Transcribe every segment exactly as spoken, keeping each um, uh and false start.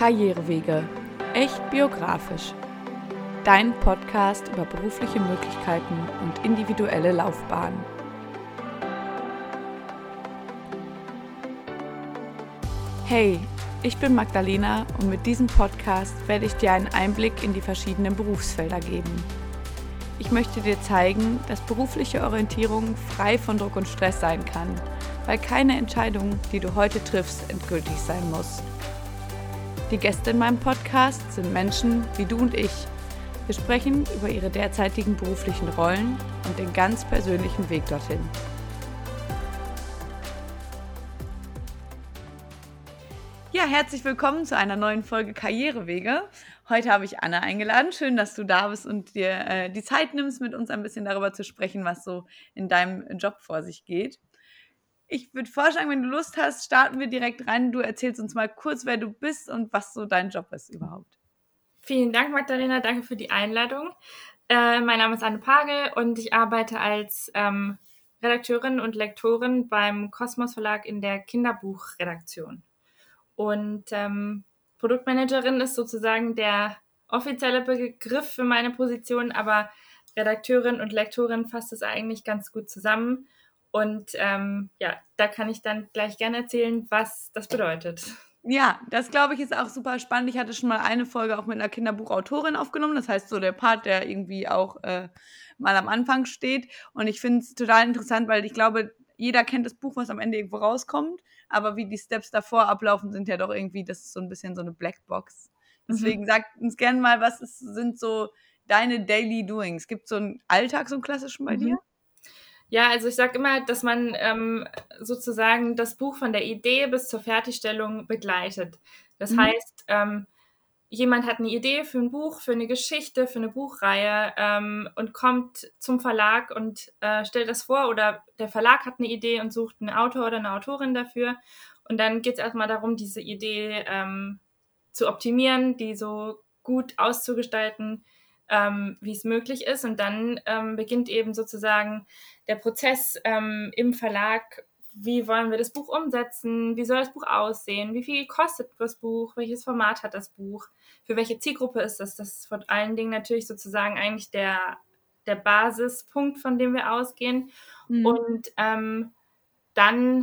Karrierewege. Echt biografisch. Dein Podcast über berufliche Möglichkeiten und individuelle Laufbahnen. Hey, ich bin Magdalena und mit diesem Podcast werde ich dir einen Einblick in die verschiedenen Berufsfelder geben. Ich möchte dir zeigen, dass berufliche Orientierung frei von Druck und Stress sein kann, weil keine Entscheidung, die du heute triffst, endgültig sein muss. Die Gäste in meinem Podcast sind Menschen wie du und ich. Wir sprechen über ihre derzeitigen beruflichen Rollen und den ganz persönlichen Weg dorthin. Ja, herzlich willkommen zu einer neuen Folge Karrierewege. Heute habe ich Anna eingeladen. Schön, dass du da bist und dir äh, die Zeit nimmst, mit uns ein bisschen darüber zu sprechen, was so in deinem Job vor sich geht. Ich würde vorschlagen, wenn du Lust hast, starten wir direkt rein. Du erzählst uns mal kurz, wer du bist und was so dein Job ist überhaupt. Vielen Dank, Magdalena. Danke für die Einladung. Äh, mein Name ist Anne Pagel und ich arbeite als ähm, Redakteurin und Lektorin beim Kosmos Verlag in der Kinderbuchredaktion. Und ähm, Produktmanagerin ist sozusagen der offizielle Begriff für meine Position, aber Redakteurin und Lektorin fasst es eigentlich ganz gut zusammen. Und ähm, ja, da kann ich dann gleich gerne erzählen, was das bedeutet. Ja, das glaube ich ist auch super spannend. Ich hatte schon mal eine Folge auch mit einer Kinderbuchautorin aufgenommen. Das heißt, so der Part, der irgendwie auch äh, mal am Anfang steht. Und ich finde es total interessant, weil ich glaube, jeder kennt das Buch, was am Ende irgendwo rauskommt. Aber wie die Steps davor ablaufen, sind ja doch irgendwie, das ist so ein bisschen so eine Blackbox. Deswegen mhm. sag uns gerne mal, was ist, sind so deine Daily Doings? Gibt es so einen Alltag, so einen klassischen bei mhm. dir? Ja, also ich sage immer, dass man ähm, sozusagen das Buch von der Idee bis zur Fertigstellung begleitet. Das mhm. heißt, ähm, jemand hat eine Idee für ein Buch, für eine Geschichte, für eine Buchreihe ähm, und kommt zum Verlag und äh, stellt das vor, oder der Verlag hat eine Idee und sucht einen Autor oder eine Autorin dafür. Und dann geht es erstmal darum, diese Idee ähm, zu optimieren, die so gut auszugestalten, ähm, wie es möglich ist. Und dann ähm, beginnt eben sozusagen der Prozess ähm, im Verlag. Wie wollen wir das Buch umsetzen? Wie soll das Buch aussehen? Wie viel kostet das Buch? Welches Format hat das Buch? Für welche Zielgruppe ist das? Das ist vor allen Dingen natürlich sozusagen eigentlich der, der Basispunkt, von dem wir ausgehen. Mhm. Und ähm, dann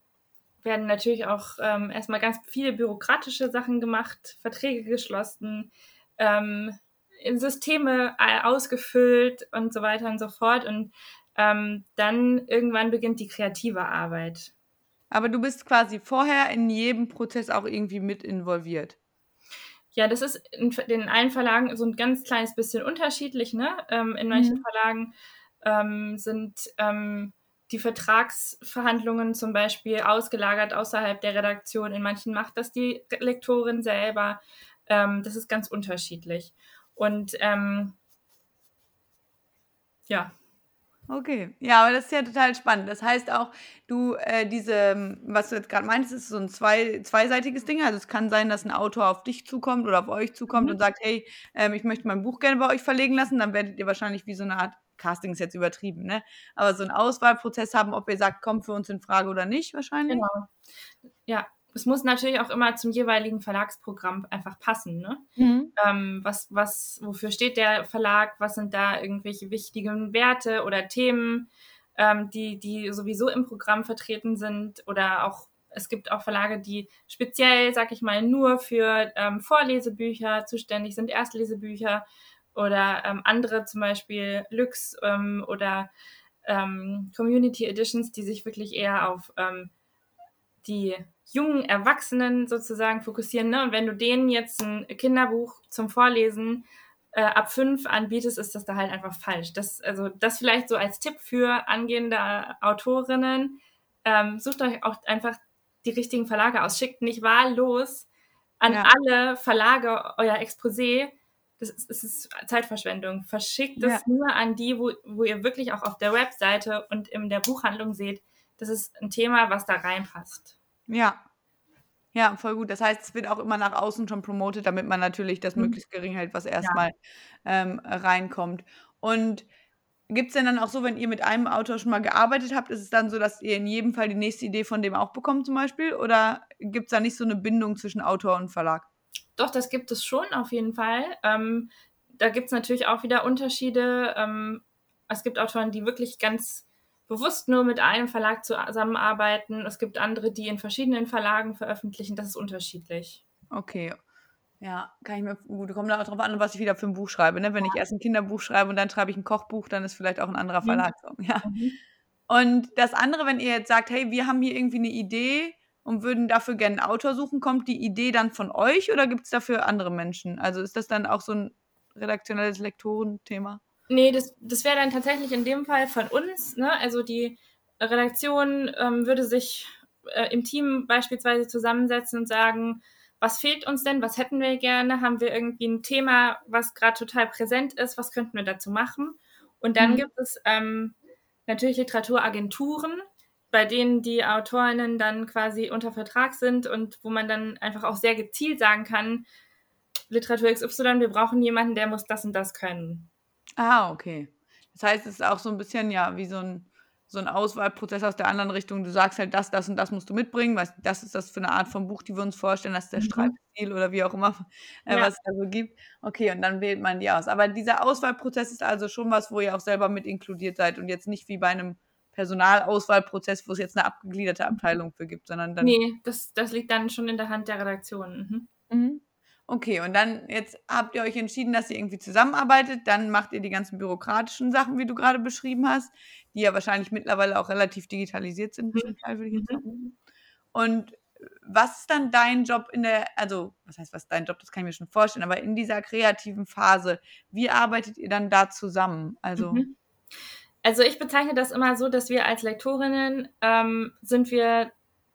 werden natürlich auch ähm, erstmal ganz viele bürokratische Sachen gemacht, Verträge geschlossen, ähm, in Systeme ausgefüllt und so weiter und so fort. Und ähm, dann irgendwann beginnt die kreative Arbeit. Aber du bist quasi vorher in jedem Prozess auch irgendwie mit involviert. Ja, das ist in, in allen Verlagen so ein ganz kleines bisschen unterschiedlich, ne? Ähm, in manchen mhm. Verlagen ähm, sind ähm, die Vertragsverhandlungen zum Beispiel ausgelagert außerhalb der Redaktion. In manchen macht das die Lektorin selber. Ähm, das ist ganz unterschiedlich. Und ähm, ja. Okay, ja, aber das ist ja total spannend. Das heißt auch, du, äh, diese, was du jetzt gerade meintest, ist so ein zwei, zweiseitiges Ding. Also es kann sein, dass ein Autor auf dich zukommt oder auf euch zukommt mhm. und sagt, hey, ähm, ich möchte mein Buch gerne bei euch verlegen lassen. Dann werdet ihr wahrscheinlich wie so eine Art, Casting ist jetzt übertrieben, ne? Aber so einen Auswahlprozess haben, ob ihr sagt, kommt für uns in Frage oder nicht wahrscheinlich. Genau, ja. Es muss natürlich auch immer zum jeweiligen Verlagsprogramm einfach passen, ne? Mhm. Ähm, was, was, wofür steht der Verlag? Was sind da irgendwelche wichtigen Werte oder Themen, ähm, die, die sowieso im Programm vertreten sind? Oder auch, es gibt auch Verlage, die speziell, sag ich mal, nur für ähm, Vorlesebücher zuständig sind, Erstlesebücher, oder ähm, andere, zum Beispiel Lux ähm, oder ähm, Community Editions, die sich wirklich eher auf ähm, die jungen Erwachsenen sozusagen fokussieren, ne? Und wenn du denen jetzt ein Kinderbuch zum Vorlesen äh, ab fünf anbietest, ist das da halt einfach falsch. Das, also das vielleicht so als Tipp für angehende Autorinnen. Ähm, sucht euch auch einfach die richtigen Verlage aus. Schickt nicht wahllos an ja. alle Verlage euer Exposé. Das ist, das ist Zeitverschwendung. Verschickt es ja. nur an die, wo, wo ihr wirklich auch auf der Webseite und in der Buchhandlung seht, das ist ein Thema, was da reinpasst. Ja. Ja, voll gut. Das heißt, es wird auch immer nach außen schon promotet, damit man natürlich das möglichst gering hält, was erstmal ja. ähm, reinkommt. Und gibt es denn dann auch so, wenn ihr mit einem Autor schon mal gearbeitet habt, ist es dann so, dass ihr in jedem Fall die nächste Idee von dem auch bekommt zum Beispiel? Oder gibt es da nicht so eine Bindung zwischen Autor und Verlag? Doch, das gibt es schon auf jeden Fall. Ähm, da gibt es natürlich auch wieder Unterschiede. Ähm, es gibt Autoren, die wirklich ganz bewusst nur mit einem Verlag zusammenarbeiten. Es gibt andere, die in verschiedenen Verlagen veröffentlichen. Das ist unterschiedlich. Okay. Ja, kann ich mir gut, kommt auch drauf an, was ich wieder für ein Buch schreibe, ne? Wenn ich erst ein Kinderbuch schreibe und dann schreibe ich ein Kochbuch, dann ist vielleicht auch ein anderer Mhm. Verlag so, ja. Mhm. Und das andere, wenn ihr jetzt sagt: „Hey, wir haben hier irgendwie eine Idee und würden dafür gerne 'n Autor suchen“, kommt die Idee dann von euch oder gibt's dafür andere Menschen? Also, ist das dann auch so 'n redaktionelles Lektorenthema? Nee, das, das wäre dann tatsächlich in dem Fall von uns. Ne? Also die Redaktion ähm, würde sich äh, im Team beispielsweise zusammensetzen und sagen, was fehlt uns denn, was hätten wir gerne, haben wir irgendwie ein Thema, was gerade total präsent ist, was könnten wir dazu machen? Und dann Mhm. gibt es ähm, natürlich Literaturagenturen, bei denen die Autorinnen dann quasi unter Vertrag sind und wo man dann einfach auch sehr gezielt sagen kann, Literatur X Y, wir brauchen jemanden, der muss das und das können. Ah, okay. Das heißt, es ist auch so 'n bisschen, ja, wie so 'n so 'n Auswahlprozess aus der anderen Richtung. Du sagst halt: „Das, das und das musst du mitbringen, was das ist das für 'ne Art von Buch, die wir uns vorstellen, das ist der Mhm. Schreibstil“ oder wie auch immer, äh, Ja. was es da so gibt. Okay, und dann wählt man die aus. Aber dieser Auswahlprozess ist also schon was, wo ihr auch selber mit inkludiert seid und jetzt nicht wie bei 'nem Personalauswahlprozess, wo's jetzt 'ne abgegliederte Abteilung für gibt, sondern dann Ne, das das liegt dann schon in der Hand der Redaktion. Mhm. mhm. Okay, und dann jetzt habt ihr euch entschieden, dass ihr irgendwie zusammenarbeitet. Dann macht ihr die ganzen bürokratischen Sachen, wie du grade beschrieben hast, die ja wahrscheinlich mittlerweile auch relativ digitalisiert sind Mhm. zum Teil, würde ich jetzt Mhm. vermuten. Und, äh, was ist dann dein Job in der also, was heißt, was ist dein Job? Das kann ich mir schon vorstellen, aber in dieser kreativen Phase, wie arbeitet ihr dann da zusammen? Also Mhm. Also, ich bezeichne das immer so, dass wir als Lektorinnen, ähm, sind wir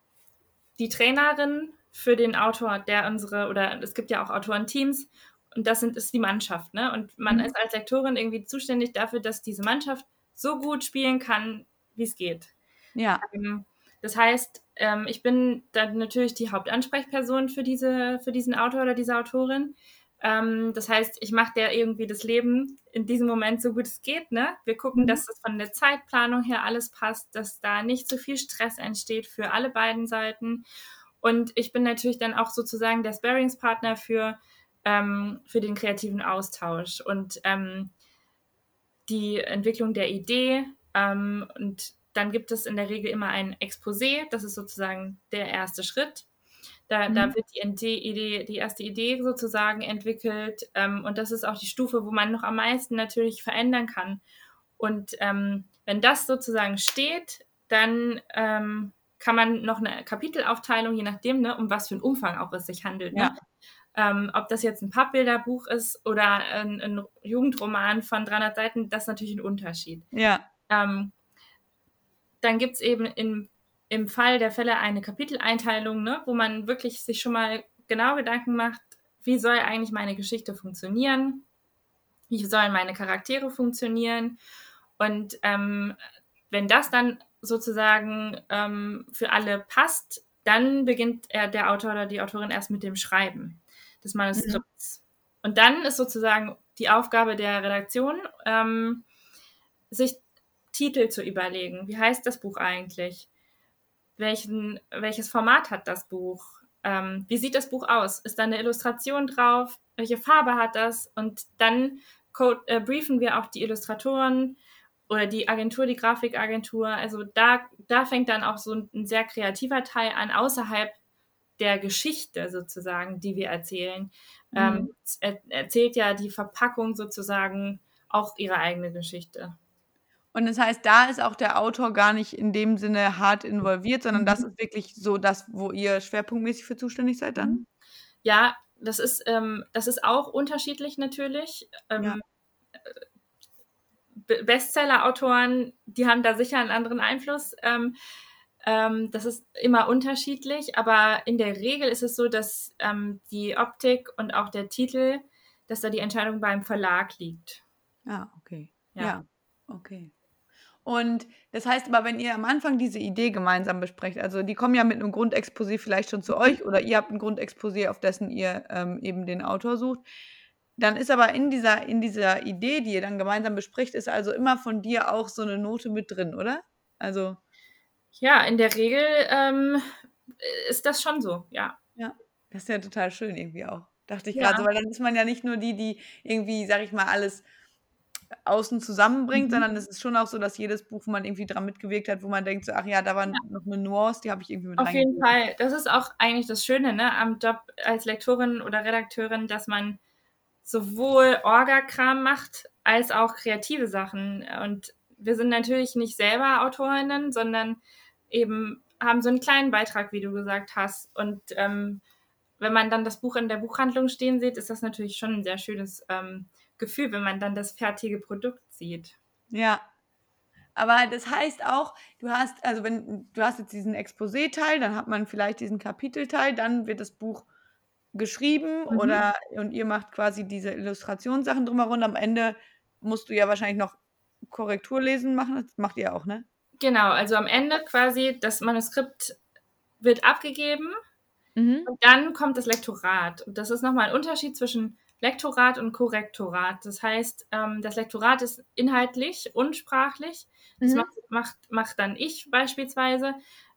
die Trainerin für den Autor, der unsere oder es gibt ja auch Autorenteams und das sind ist die Mannschaft, ne? Und man mhm, ist als Lektorin irgendwie zuständig dafür, dass diese Mannschaft so gut spielen kann, wie's geht. ja, Ähm, das heißt, ähm, ich bin dann natürlich die Hauptansprechperson für diese für diesen Autor oder diese Autorin. Ähm, das heißt, ich mache der irgendwie das Leben in diesem Moment so gut es geht, ne? Wir gucken, mhm, dass das von der Zeitplanung her alles passt, dass da nicht so viel Stress entsteht für alle beiden Seiten. Und ich bin natürlich dann auch sozusagen der Sparringspartner für, ähm, für den kreativen Austausch und ähm, die Entwicklung der Idee. Ähm, und dann gibt es in der Regel immer ein Exposé, das ist sozusagen der erste Schritt. Da, mhm, da wird die Idee, die erste Idee sozusagen entwickelt. Ähm, und das ist auch die Stufe, wo man noch am meisten natürlich verändern kann. Und ähm, wenn das sozusagen steht, dann ähm, kann man noch eine Kapitelaufteilung, je nachdem, ne, um was für einen Umfang auch es sich handelt. Ne? ja, Ähm, ob das jetzt ein Pappbilderbuch ist oder ein, ein Jugendroman von dreihundert Seiten, das ist natürlich ein Unterschied. ja, Ähm, dann gibt es eben im, im Fall der Fälle eine Kapiteleinteilung, ne, wo man wirklich sich schon mal genau Gedanken macht, wie soll eigentlich meine Geschichte funktionieren, wie sollen meine Charaktere funktionieren. Und ähm, wenn das dann sozusagen ähm, für alle passt, dann beginnt er, der Autor oder die Autorin erst mit dem Schreiben des mhm, Manuskripts. Und dann ist sozusagen die Aufgabe der Redaktion, ähm, sich Titel zu überlegen. Wie heißt das Buch eigentlich? Welchen, welches Format hat das Buch? Ähm, wie sieht das Buch aus? Ist da eine Illustration drauf? Welche Farbe hat das? Und dann code, äh, briefen wir auch die Illustratoren oder die Agentur, die Grafikagentur. Also da, da fängt dann auch so ein, ein sehr kreativer Teil an, außerhalb der Geschichte sozusagen, die wir erzählen. Ähm, mhm. er, erzählt ja die Verpackung sozusagen auch ihre eigene Geschichte. Und das heißt, da ist auch der Autor gar nicht in dem Sinne hart involviert, sondern das Mhm. ist wirklich so das, wo ihr schwerpunktmäßig für zuständig seid dann? Mhm. Ja, das ist, ähm, das ist auch unterschiedlich natürlich. Ja. Ähm, Bestseller-Autoren, die haben da sicher einen anderen Einfluss. Ähm, ähm, das ist immer unterschiedlich, aber in der Regel ist es so, dass ähm, die Optik und auch der Titel, dass da die Entscheidung beim Verlag liegt. Ah, okay. Ja. Ja, okay. Und das heißt aber, wenn ihr am Anfang diese Idee gemeinsam besprecht, also die kommen ja mit 'nem Grundexposé vielleicht schon zu Mhm. euch oder ihr habt 'n Grundexposé, auf dessen ihr, ähm, eben den Autor sucht. Dann ist aber in dieser in dieser Idee, die ihr dann gemeinsam bespricht, ist also immer von dir auch so 'ne Note mit drin, oder? Also Ja, in der Regel ähm, ist das schon so, ja. ja, das ist ja total schön irgendwie auch. dachte ich Ja. gerade so, weil dann ist man ja nicht nur die, die irgendwie, sage ich mal, alles außen zusammenbringt, Mhm. sondern es ist schon auch so, dass jedes Buch, wo man irgendwie dran mitgewirkt hat, wo man denkt so: „Ach ja, da war Ja. noch 'ne Nuance, die habe ich irgendwie mit Auf jeden reingegeben.“ Fall. Das ist auch eigentlich das Schöne, ne, am Job als Lektorin oder Redakteurin, dass man sowohl Orga-Kram macht als auch kreative Sachen. Und wir sind natürlich nicht selber Autorinnen, sondern eben haben so einen kleinen Beitrag, wie du gesagt hast. Und ähm, wenn man dann das Buch in der Buchhandlung stehen sieht, ist das natürlich schon ein sehr schönes ähm, Gefühl, wenn man dann das fertige Produkt sieht. Ja. Aber das heißt auch, du hast also, wenn du hast jetzt diesen Exposé-Teil, dann hat man vielleicht diesen Kapitelteil, dann wird das Buch geschrieben Mhm. oder und ihr macht quasi diese Illustrationssachen drumherum. Am Ende musst du ja wahrscheinlich noch Korrekturlesen machen. Das macht ihr auch, ne? Genau, also am Ende quasi das Manuskript wird abgegeben Mhm. und dann kommt das Lektorat. Und das ist nochmal ein Unterschied zwischen Lektorat und Korrektorat. Das heißt, ähm, das Lektorat ist inhaltlich und sprachlich. Das Mhm. macht, macht, macht dann ich beispielsweise.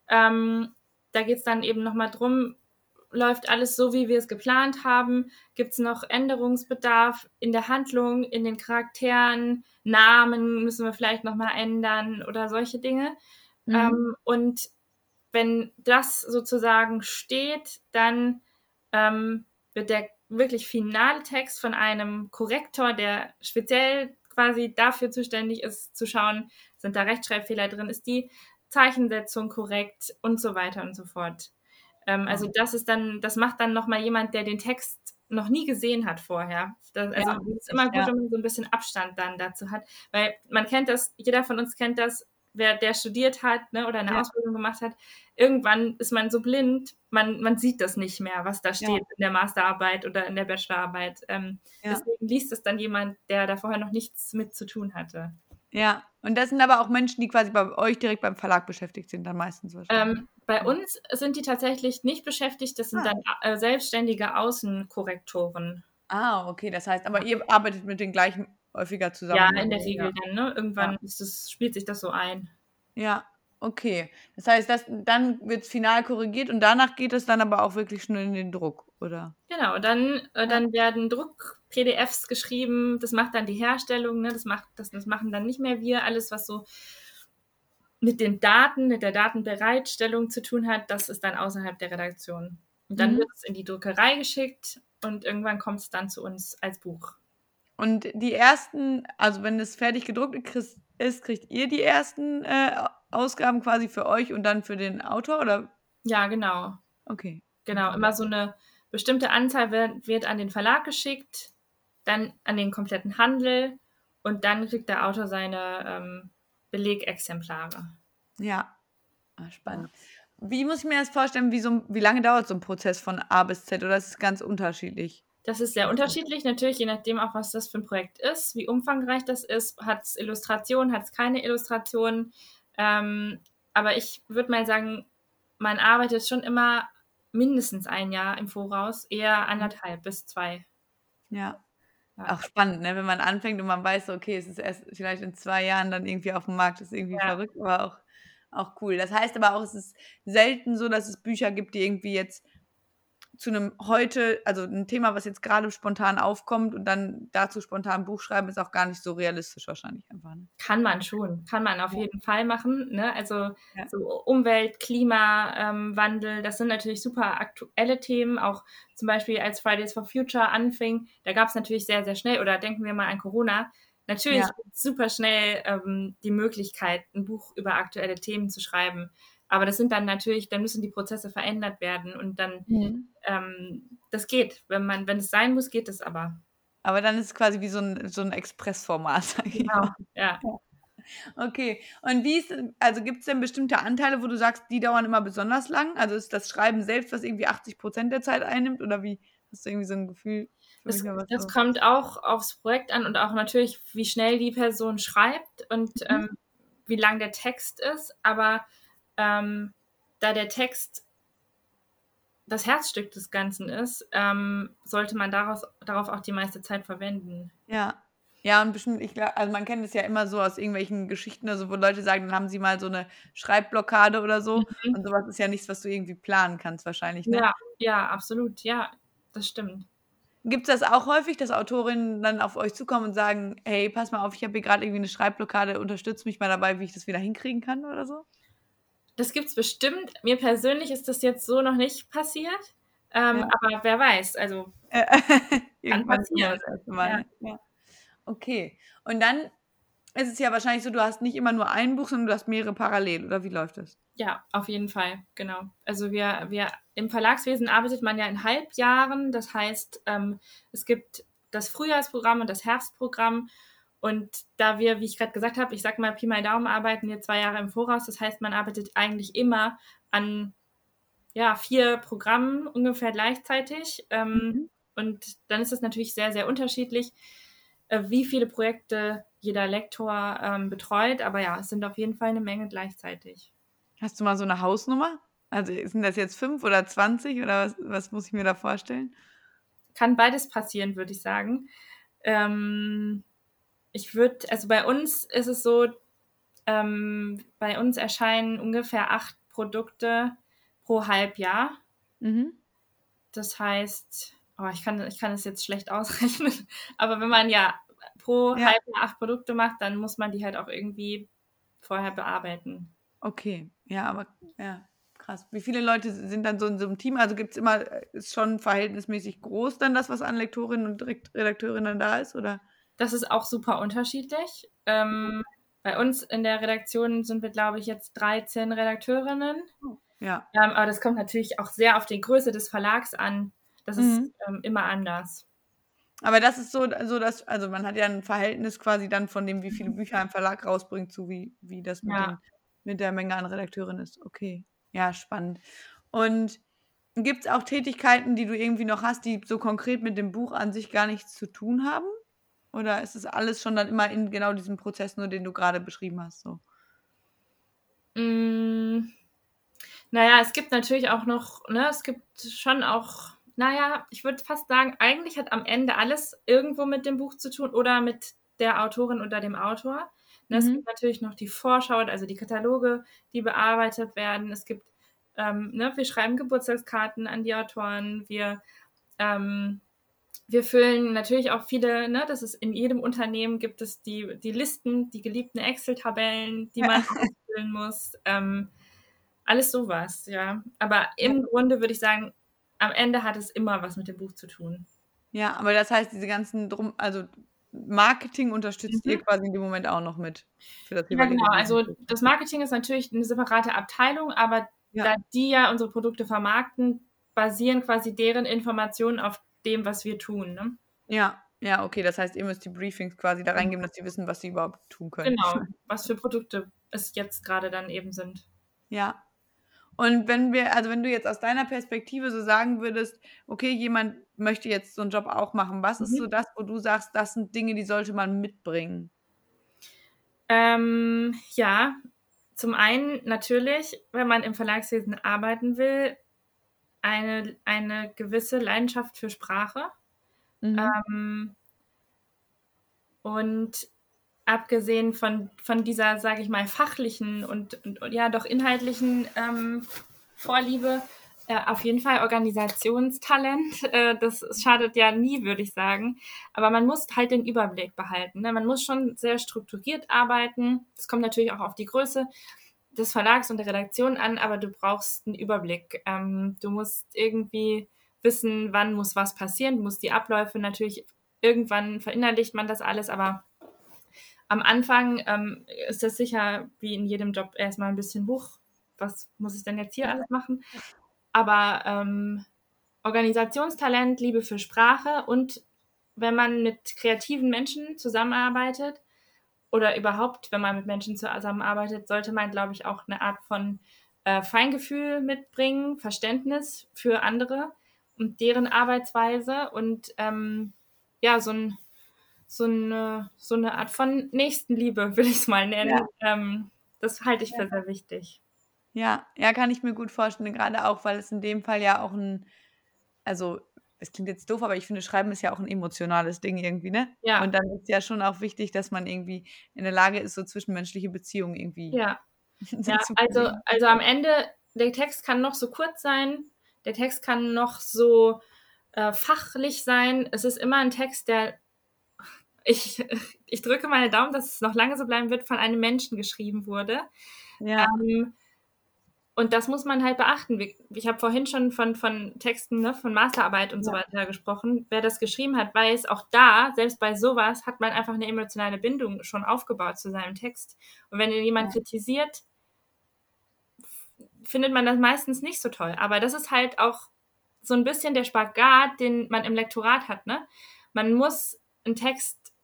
Ähm, da geht es dann eben nochmal drum, läuft alles so, wie wir es geplant haben? Gibt es noch Änderungsbedarf in der Handlung, in den Charakteren? Namen müssen wir vielleicht nochmal ändern oder solche Dinge. Mhm. Ähm, und wenn das sozusagen steht, dann ähm, wird der wirklich finale Text von einem Korrektor, der speziell quasi dafür zuständig ist, zu schauen, sind da Rechtschreibfehler drin, ist die Zeichensetzung korrekt und so weiter und so fort. Ähm, also Oh. das ist dann, das macht dann nochmal jemand, der den Text noch nie gesehen hat vorher. Das, also Ja, es ist richtig, immer gut, ja. wenn man so ein bisschen Abstand dann dazu hat, weil man kennt das, jeder von uns kennt das, wer der studiert hat, ne, oder eine Ja, Ausbildung gemacht hat, irgendwann ist man so blind, man, man sieht das nicht mehr, was da ja, steht in der Masterarbeit oder in der Bachelorarbeit. Ähm, ja, deswegen liest es dann jemand, der da vorher noch nichts mit zu tun hatte. ja. Und das sind aber auch Menschen, die quasi bei euch direkt beim Verlag beschäftigt sind, dann meistens wahrscheinlich, ne? Ähm, bei Ja. uns sind die tatsächlich nicht beschäftigt, das sind Ah. dann äh, selbstständige Außenkorrektoren. Ah, okay, das heißt aber ihr arbeitet mit den gleichen häufiger Ja, zusammen in der oder ja, Regel dann, ne? ja, Irgendwann ist das, spielt sich das so ein. ja, okay. Das heißt, das dann wird's final korrigiert und danach geht es dann aber auch wirklich schon in den Druck, oder? Genau, dann, äh, Ja, dann werden Druck-P D Fs geschrieben, das macht dann die Herstellung, ne? Das macht, das, das machen dann nicht mehr wir. Alles, was so mit den Daten, mit der Datenbereitstellung zu tun hat, das ist dann außerhalb der Redaktion. Und dann mhm. wird es in die Druckerei geschickt und irgendwann kommt es dann zu uns als Buch. Und die ersten also, wenn es fertig gedruckt kris ist, kriegt ihr die ersten, äh, Au Ausgaben quasi für euch und dann für den Autor, oder? Ja, genau. Okay, Genau, okay. immer so eine bestimmte Anzahl wird, wird an den Verlag geschickt, dann an den kompletten Handel und dann kriegt der Autor seine ähm, Belegexemplare. Ja, ah, Ja. spannend. Wie muss ich mir das vorstellen, wie so 'n wie lange dauert so 'n Prozess von A bis Z oder ist es ganz unterschiedlich? Das ist sehr unterschiedlich, natürlich, je nachdem auch, was das für ein Projekt ist, wie umfangreich das ist. Hat es Illustrationen, hat es keine Illustrationen? Ähm, aber ich würde mal sagen, man arbeitet schon immer mindestens ein Jahr im Voraus, eher Mhm. anderthalb bis zwei. Ja. Ja. Auch spannend, ne, wenn man anfängt und man weiß so, okay, es ist erst vielleicht in zwei Jahren dann irgendwie aufm Markt, ist irgendwie Ja. verrückt, aber auch auch cool. Das heißt aber auch, es ist selten so, dass es Bücher gibt, die irgendwie jetzt zu 'nem heute also 'n Thema, was jetzt grade spontan aufkommt und dann dazu spontan 'n Buch schreiben, ist auch gar nicht so realistisch wahrscheinlich einfach, ne? Kann man schon, kann man auf Ja, jeden Fall machen, ne? Also, ja, so Umwelt, Klima ähm, Wandel, das sind natürlich super aktuelle Themen. Auch zum Beispiel, als Fridays for Future anfing, da gab's natürlich sehr, sehr schnell oder denken wir mal an Corona, natürlich ja, super schnell ähm, die Möglichkeit, 'n Buch über aktuelle Themen zu schreiben. Aber das sind dann natürlich, dann müssen die Prozesse verändert werden und dann mhm. ähm, das geht. Wenn man wenn es sein muss, geht es aber. Aber dann ist es quasi wie so 'n so 'n Expressformat, sage ich Genau, mal. ja. Ja. Okay. Und wie ist denn also, gibt's denn bestimmte Anteile, wo du sagst, die dauern immer besonders lang? Also, ist das Schreiben selbst, was irgendwie achtzig Prozent der Zeit einnimmt oder wie? Hast du irgendwie so 'n Gefühl für mich Das, mal, was das so kommt auch aufs Projekt an und auch natürlich, wie schnell die Person schreibt und mhm, ähm, wie lang der Text ist. Aber ähm, da der Text das Herzstück des Ganzen ist, ähm, sollte man daraus, darauf auch die meiste Zeit verwenden. ja. Ja, und bestimmt ich gla also, man kennt es ja immer so aus irgendwelchen Geschichten oder so, wo Leute sagen, dann haben sie mal so 'ne Schreibblockade oder so Mhm. und so was ist ja nichts, was du irgendwie planen kannst wahrscheinlich, ne? Ja, ja, absolut, ja, das stimmt. Gibt es das auch häufig, dass Autorinnen dann auf euch zukommen und sagen: „Hey, pass mal auf, ich habe hier gerade irgendwie eine Schreibblockade, unterstützt mich mal dabei, wie ich das wieder hinkriegen kann“, oder so? Das gibt's bestimmt. Mir persönlich ist das jetzt so noch nicht passiert, ähm, Ja. aber wer weiß, also Äh, kann irgendwann immer passieren. das erste Mal, Ja. ne? Ja. Okay. Und dann ist es ja wahrscheinlich so, du hast nicht immer nur ein Buch, sondern du hast mehrere parallel, oder wie läuft das? Ja, auf jeden Fall, genau. Also wir, wir im Verlagswesen arbeitet man ja in Halbjahren. Das heißt, ähm, es gibt das Frühjahrsprogramm und das Herbstprogramm. Und da wir, wie ich gerade gesagt habe, ich sag mal Pi mal Daumen, arbeiten wir zwei Jahre im Voraus. Das heißt, man arbeitet eigentlich immer an ja, vier Programmen ungefähr gleichzeitig. Ähm, Mhm. und dann ist es natürlich sehr, sehr unterschiedlich, äh, wie viele Projekte jeder Lektor ähm, betreut. Aber ja, es sind auf jeden Fall eine Menge gleichzeitig. Hast du mal so 'ne Hausnummer? Also, sind das jetzt fünf oder zwanzig oder was was muss ich mir da vorstellen? Kann beides passieren, würde ich sagen. Ähm, ich würde, also bei uns ist es so, ähm, bei uns erscheinen ungefähr acht Produkte pro Halbjahr. Mhm. Das heißt, oh, ich kann, ich kann das jetzt schlecht ausrechnen, aber wenn man ja pro Ja, Halbjahr acht Produkte macht, dann muss man die halt auch irgendwie vorher bearbeiten. okay. Ja, aber ja, krass. Wie viele Leute s sind dann so in so 'nem Team? Also, gibt's immer äh, ist schon verhältnismäßig groß dann das, was an Lektorinnen und Direkt Redakteurinnen da ist, oder? Das ist auch super unterschiedlich. Ähm, bei uns in der Redaktion sind wir, glaube ich, jetzt dreizehn Redakteurinnen. Oh. Ja. Ähm, aber das kommt natürlich auch sehr auf die Größe des Verlags an. Das ist Mhm. ähm, immer anders. Aber das ist so so dass also, man hat ja 'n Verhältnis quasi dann von dem, wie viele Bücher ein Verlag rausbringt, zu wie wie das mit Ja. den mit der Menge an Redakteurinnen ist. Okay. Ja, spannend. Und gibt's auch Tätigkeiten, die du irgendwie noch hast, die so konkret mit dem Buch an sich gar nichts zu tun haben? Oder ist es alles schon dann immer in genau diesem Prozess nur, den du grade beschrieben hast, so? Hm, na ja, es gibt natürlich auch noch, ne, es gibt schon auch, na ja, ich würde fast sagen, eigentlich hat am Ende alles irgendwo mit dem Buch zu tun oder mit der Autorin oder dem Autor. Ne, es Mhm. gibt natürlich noch die Vorschau, also die Kataloge, die bearbeitet werden. Es gibt, ähm, ne, wir schreiben Geburtstagskarten an die Autoren. Wir ähm, Wir füllen natürlich auch viele, ne, das ist in jedem Unternehmen gibt es die, die Listen, die geliebten Excel-Tabellen, die man Ja. ausfüllen muss. Ähm, alles sowas, ja. Aber Ja. im Grunde würde ich sagen, am Ende hat es immer was mit dem Buch zu tun. Ja, aber das heißt, diese ganzen drum also, Marketing unterstützt ihr Mhm. quasi in dem Moment auch noch mit für das Ja, jeweilige genau. Buch? Also das Marketing ist natürlich eine separate Abteilung, aber Ja. da die ja unsere Produkte vermarkten, basieren quasi deren Informationen auf dem, was wir tun, ne? Ja, ja, okay, das heißt, ihr müsst die Briefings quasi da reingeben, dass sie wissen, was sie überhaupt tun können. Genau, was für Produkte es jetzt gerade dann eben sind. Ja. Und wenn wir also, wenn du jetzt aus deiner Perspektive so sagen würdest: „Okay, jemand möchte jetzt so 'n Job auch machen“, was ist so Mhm. das, wo du sagst, das sind Dinge, die sollte man mitbringen? Ähm, ja, zum einen natürlich, wenn man im Verlagswesen arbeiten will, eine eine gewisse Leidenschaft für Sprache. Mhm. Ähm, und abgesehen von von dieser, sage ich mal, fachlichen und und und ja, doch inhaltlichen, ähm, Vorliebe, äh, auf jeden Fall Organisationstalent. Äh, das schadet ja nie, würde ich sagen. Aber man muss halt den Überblick behalten, ne? Man muss schon sehr strukturiert arbeiten. Das kommt natürlich auch auf die Größe des Verlags und der Redaktion an, aber du brauchst einen Überblick. Ähm, du musst irgendwie wissen, wann muss was passieren. Du musst die Abläufe natürlich, irgendwann verinnerlicht man das alles, aber am Anfang ähm, ist das sicher wie in jedem Job erstmal ein bisschen hoch. Was muss ich denn jetzt hier Ja. alles machen? Aber ähm, Organisationstalent, Liebe für Sprache und wenn man mit kreativen Menschen zusammenarbeitet oder überhaupt, wenn man mit Menschen zusammenarbeitet, sollte man, glaube ich, auch eine Art von äh, Feingefühl mitbringen, Verständnis für andere und deren Arbeitsweise und ähm, ja, so, ein, so, eine, so eine Art von Nächstenliebe, will ich es mal Ja, nennen. Ähm, das halte ich ja. für sehr wichtig. Ja, ja, kann ich mir gut vorstellen, grade auch, weil es in dem Fall ja auch 'n also, es klingt jetzt doof, aber ich finde, Schreiben ist ja auch 'n emotionales Ding irgendwie, ne? Ja, Und dann ist ja schon auch wichtig, dass man irgendwie in der Lage ist, so zwischenmenschliche Beziehungen irgendwie ja. Ja, zu also pflegen. also am Ende, der Text kann noch so kurz sein, der Text kann noch so äh, fachlich sein. Es ist immer ein Text, der, ich, ich drücke meine Daumen, dass es noch lange so bleiben wird, von einem Menschen geschrieben wurde. Ja. Ähm, und das muss man halt beachten. Ich habe vorhin schon von, von Texten, ne, von Masterarbeit und Ja. so weiter gesprochen. Wer das geschrieben hat, weiß, auch da, selbst bei sowas, hat man einfach eine emotionale Bindung schon aufgebaut zu seinem Text. Und wenn ihn jemand Ja. kritisiert, findet man das meistens nicht so toll. Aber das ist halt auch so ein bisschen der Spagat, den man im Lektorat hat, ne? Man muss einen Text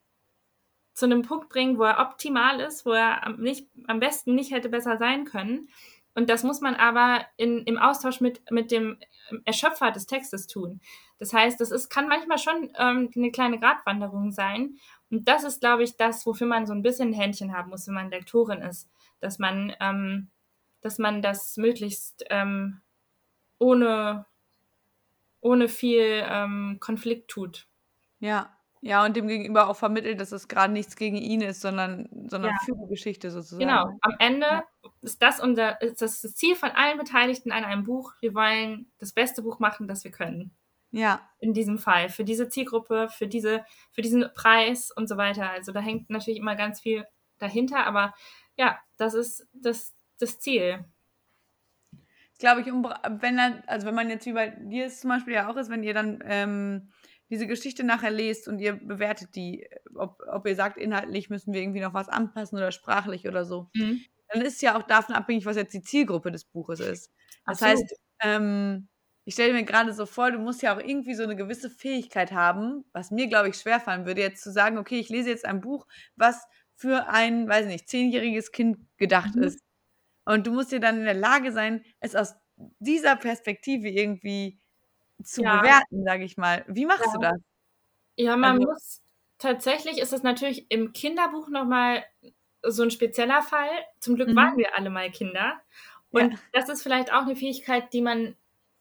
zu einem Punkt bringen, wo er optimal ist, wo er am, nicht, am besten nicht hätte besser sein können. Und das muss man aber in, im Austausch mit, mit dem Erschöpfer des Textes tun. Das heißt, das ist, kann manchmal schon ähm, eine kleine Gratwanderung sein. Und das ist, glaube ich, das, wofür man so ein bisschen ein Händchen haben muss, wenn man Lektorin ist. Dass man, ähm, dass man das möglichst ähm, ohne, ohne viel ähm, Konflikt tut. Ja. Ja, und dem Gegenüber auch vermittelt, dass es gerade nichts gegen ihn ist, sondern, sondern Ja. für die Geschichte sozusagen. Genau, am Ende Ja. ist das unser ist das, das Ziel von allen Beteiligten an einem Buch. Wir wollen das beste Buch machen, das wir können. Ja. In diesem Fall. Für diese Zielgruppe, für diese, für diesen Preis und so weiter. Also da hängt natürlich immer ganz viel dahinter, aber ja, das ist das, das Ziel. Glaube ich, um, wenn dann, also wenn man jetzt wie bei dir es zum Beispiel ja auch ist, wenn ihr dann ähm, diese Geschichte nachher lest und ihr bewertet die, ob, ob ihr sagt, inhaltlich müssen wir irgendwie noch was anpassen oder sprachlich oder so, Mhm. dann ist ja auch davon abhängig, was jetzt die Zielgruppe des Buches ist. Das Absolut. heißt, ähm, ich stelle mir gerade so vor, du musst ja auch irgendwie so eine gewisse Fähigkeit haben, was mir, glaube ich, schwerfallen würde, jetzt zu sagen, okay, ich lese jetzt ein Buch, was für ein, weiß nicht, zehnjähriges Kind gedacht Mhm. ist. Und du musst dir dann in der Lage sein, es aus dieser Perspektive irgendwie zu Ja. bewerten, sage ich mal. Wie machst Ja. du das? Ja, man Also muss, tatsächlich ist es natürlich im Kinderbuch nochmal so ein spezieller Fall. Zum Glück Mhm. waren wir alle mal Kinder. Ja. Und das ist vielleicht auch eine Fähigkeit, die man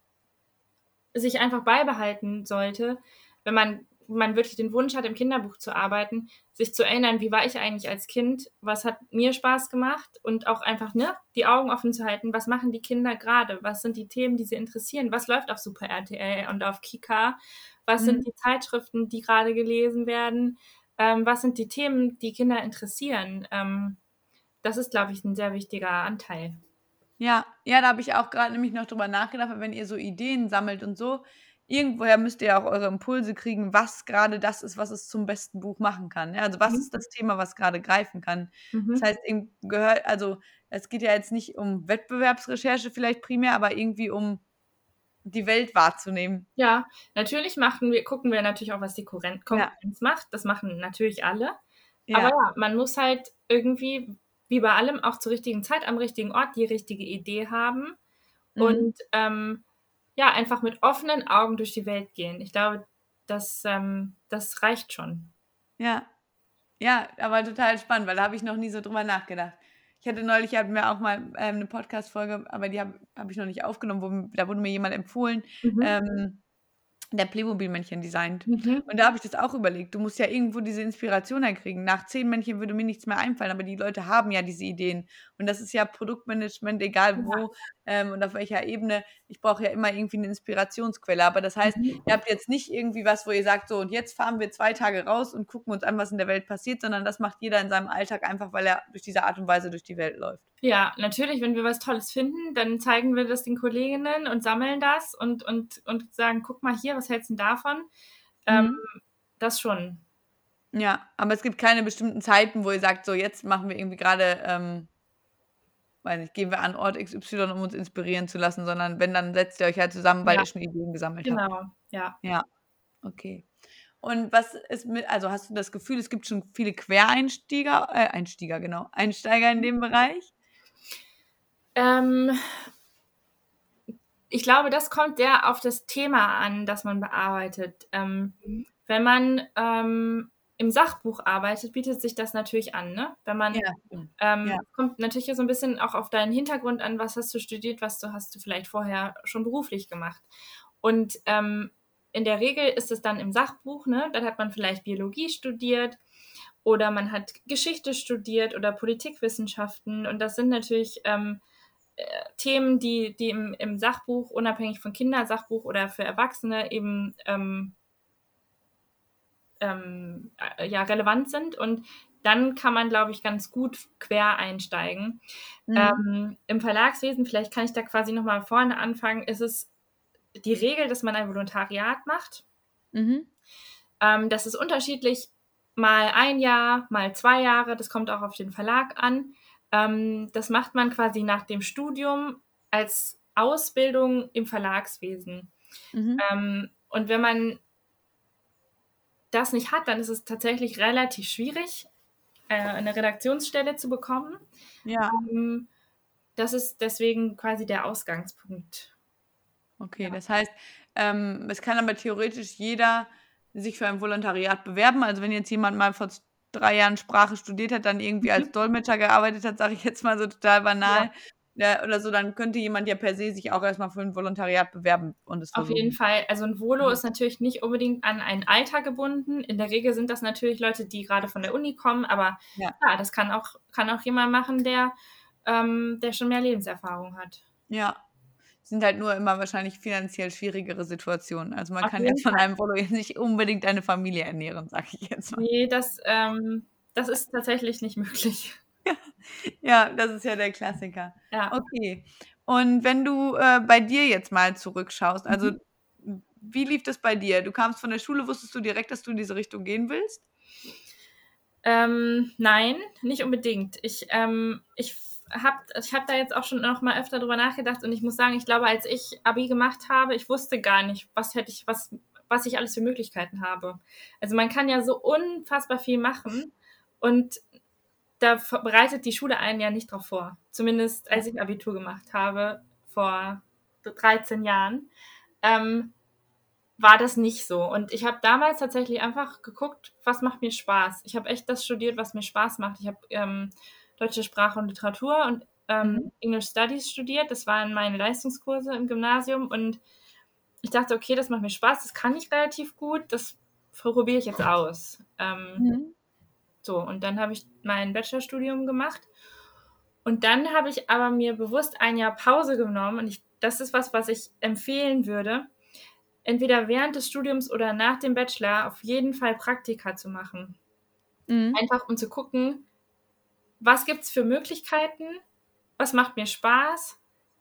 sich einfach beibehalten sollte, wenn man, man wirklich den Wunsch hat, im Kinderbuch zu arbeiten, sich zu erinnern, wie war ich eigentlich als Kind, was hat mir Spaß gemacht und auch einfach, ne, die Augen offen zu halten, was machen die Kinder gerade, was sind die Themen, die sie interessieren, was läuft auf Super R T L und auf Kika, was Mhm. sind die Zeitschriften, die gerade gelesen werden, ähm, was sind die Themen, die Kinder interessieren. Ähm, das ist, glaube ich, ein sehr wichtiger Anteil. Ja, ja, da habe ich auch gerade nämlich noch drüber nachgedacht, weil wenn ihr so Ideen sammelt und so, irgendwoher müsst ihr auch eure Impulse kriegen, was gerade das ist, was es zum besten Buch machen kann, ja? Also, was Mhm. ist das Thema, was gerade greifen kann? Das Mhm. heißt, eben gehört also, es geht ja jetzt nicht um Wettbewerbsrecherche vielleicht primär, aber irgendwie um die Welt wahrzunehmen. Ja, natürlich machen wir gucken wir natürlich auch, was die Konkurren Ja. Konkurrenz macht. Das machen natürlich alle. Aber Ja. ja, man muss halt irgendwie, wie bei allem, auch zur richtigen Zeit am richtigen Ort die richtige Idee haben Mhm. und, ähm, ja, einfach mit offenen Augen durch die Welt gehen. Ich glaube, das, ähm das reicht schon. Ja. Ja, aber total spannend, weil da habe ich noch nie so drüber nachgedacht. Ich hatte neulich hatten wir auch mal, ähm, 'ne Podcast-Folge, aber die habe habe ich noch nicht aufgenommen, wo da wurde mir jemand empfohlen, Mhm. ähm, der Playmobil-Männchen designt. Mhm. Und da habe ich das auch überlegt. Du musst ja irgendwo diese Inspiration herkriegen. Nach zehn Männchen würde mir nichts mehr einfallen, aber die Leute haben ja diese Ideen. Und das ist ja Produktmanagement, egal Ja. wo, ähm, und auf welcher Ebene. Ich brauche ja immer irgendwie 'ne Inspirationsquelle. Aber das heißt, Mhm. ihr habt jetzt nicht irgendwie was, wo ihr sagt: „So, und jetzt fahren wir zwei Tage raus und gucken uns an, was in der Welt passiert“, sondern das macht jeder in seinem Alltag einfach, weil er durch diese Art und Weise durch die Welt läuft. Ja, natürlich, wenn wir was Tolles finden, dann zeigen wir das den Kolleginnen und sammeln das und und und sagen: „Guck mal hier, was hältst 'n davon?“ Ähm, Mhm. das schon. Ja, aber es gibt keine bestimmten Zeiten, wo ihr sagt: „So, jetzt machen wir irgendwie grade, ähm weiß nicht, gehen wir an Ort X Y, um uns inspirieren zu lassen“, sondern wenn, dann setzt ihr euch halt zusammen, weil Ja. ihr schon Ideen gesammelt habt. Genau, ja. Ja, okay. Und was ist mit also, hast du das Gefühl, es gibt schon viele Quereinstieger äh, Einstieger, genau, Einsteiger in dem Bereich? Ähm ich glaube, das kommt sehr auf das Thema an, das man bearbeitet. Ähm, Mhm. wenn man, ähm, im Sachbuch arbeitet, bietet sich das natürlich an, ne? Wenn man Ja, stimmt. ähm, Ja. kommt natürlich so 'n bisschen auch auf deinen Hintergrund an, was hast du studiert, was du hast du vielleicht vorher schon beruflich gemacht. Und, ähm, in der Regel ist es dann im Sachbuch, ne, dann hat man vielleicht Biologie studiert oder man hat Geschichte studiert oder Politikwissenschaften und das sind natürlich, ähm, Themen, die, die im, im Sachbuch, unabhängig von Kindersachbuch oder für Erwachsene eben ähm, ähm, äh, ja, relevant sind. Und dann kann man, glaube ich, ganz gut quer einsteigen. Mhm. Ähm, Im Verlagswesen, vielleicht kann ich da quasi nochmal vorne anfangen, ist es die Regel, dass man ein Volontariat macht. Mhm. Ähm, das ist unterschiedlich, mal ein Jahr, mal zwei Jahre, das kommt auch auf den Verlag an. Ähm, das macht man quasi nach dem Studium als Ausbildung im Verlagswesen. Mhm. Ähm, und wenn man das nicht hat, dann ist es tatsächlich relativ schwierig, äh, eine Redaktionsstelle zu bekommen. Ja, Ähm, das ist deswegen quasi der Ausgangspunkt. okay. Ja. Das heißt, ähm, es kann aber theoretisch jeder sich für ein Volontariat bewerben. Also wenn jetzt jemand mal vor z- drei Jahren Sprache studiert hat, dann irgendwie als Mhm. Dolmetscher gearbeitet hat, sage ich jetzt mal so total Ja, banal, ja, oder so, dann könnte jemand ja per se sich auch erstmal für ein Volontariat bewerben und es auf jeden versuchen. Fall. Also ein Volo Mhm. ist natürlich nicht unbedingt an ein Alter gebunden. In der Regel sind das natürlich Leute, die gerade von der Uni kommen, aber Ja, ja, das kann auch, kann auch jemand machen, der, ähm, der schon mehr Lebenserfahrung hat. ja. Sind halt nur immer wahrscheinlich finanziell schwierigere Situationen. Also man Auf kann jetzt jeden von Fall. einem Volo jetzt nicht unbedingt eine Familie ernähren, sage ich jetzt mal. Nee, das, ähm, das ist tatsächlich nicht möglich. Ja, das ist ja der Klassiker. Ja. Okay. Und wenn du, äh, bei dir jetzt mal zurückschaust, also, Mhm. w wie lief das bei dir? Du kamst von der Schule, wusstest du direkt, dass du in diese Richtung gehen willst? Ähm, nein, nicht unbedingt. Ich, ähm, ich habe ich hab da jetzt auch schon noch mal öfter drüber nachgedacht und ich muss sagen, ich glaube, als ich Abi gemacht habe, ich wusste gar nicht, was hätte ich, was, was ich alles für Möglichkeiten habe. Also man kann ja so unfassbar viel machen und da bereitet die Schule einen ja nicht drauf vor. Zumindest Ja. als ich Abitur gemacht habe, vor dreizehn Jahren. Ähm, war das nicht so. Und ich habe damals tatsächlich einfach geguckt, was macht mir Spaß. Ich habe echt das studiert, was mir Spaß macht. Ich habe ähm, deutsche Sprache und Literatur und ähm, Mhm. English Studies studiert. Das waren meine Leistungskurse im Gymnasium. Und ich dachte, okay, das macht mir Spaß, das kann ich relativ gut, das probiere ich jetzt aus. Ähm, Mhm. so, und dann habe ich mein Bachelorstudium gemacht. Und dann habe ich aber mir bewusst ein Jahr Pause genommen. Und ich, das ist was, was ich empfehlen würde, entweder während des Studiums oder nach dem Bachelor auf jeden Fall Praktika zu machen. Mhm. Einfach um zu gucken, was gibt es für Möglichkeiten, was macht mir Spaß.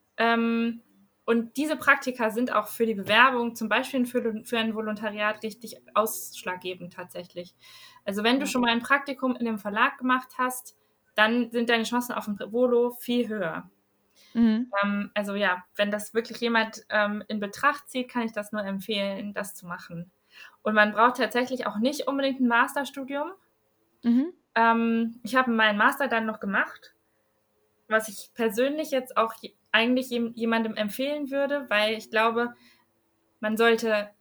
Ähm, und diese Praktika sind auch für die Bewerbung, zum Beispiel für, für ein Volontariat, richtig ausschlaggebend tatsächlich. Also wenn du Ja. schon mal ein Praktikum in einem Verlag gemacht hast, dann sind deine Chancen auf ein Volo viel höher. Mhm. Ähm, also ja, wenn das wirklich jemand ähm, in Betracht zieht, kann ich das nur empfehlen, das zu machen. Und man braucht tatsächlich auch nicht unbedingt ein Masterstudium. Mhm. Ähm, ich habe meinen Master dann noch gemacht, was ich persönlich jetzt auch je, eigentlich jem, jemandem empfehlen würde, weil ich glaube, man sollte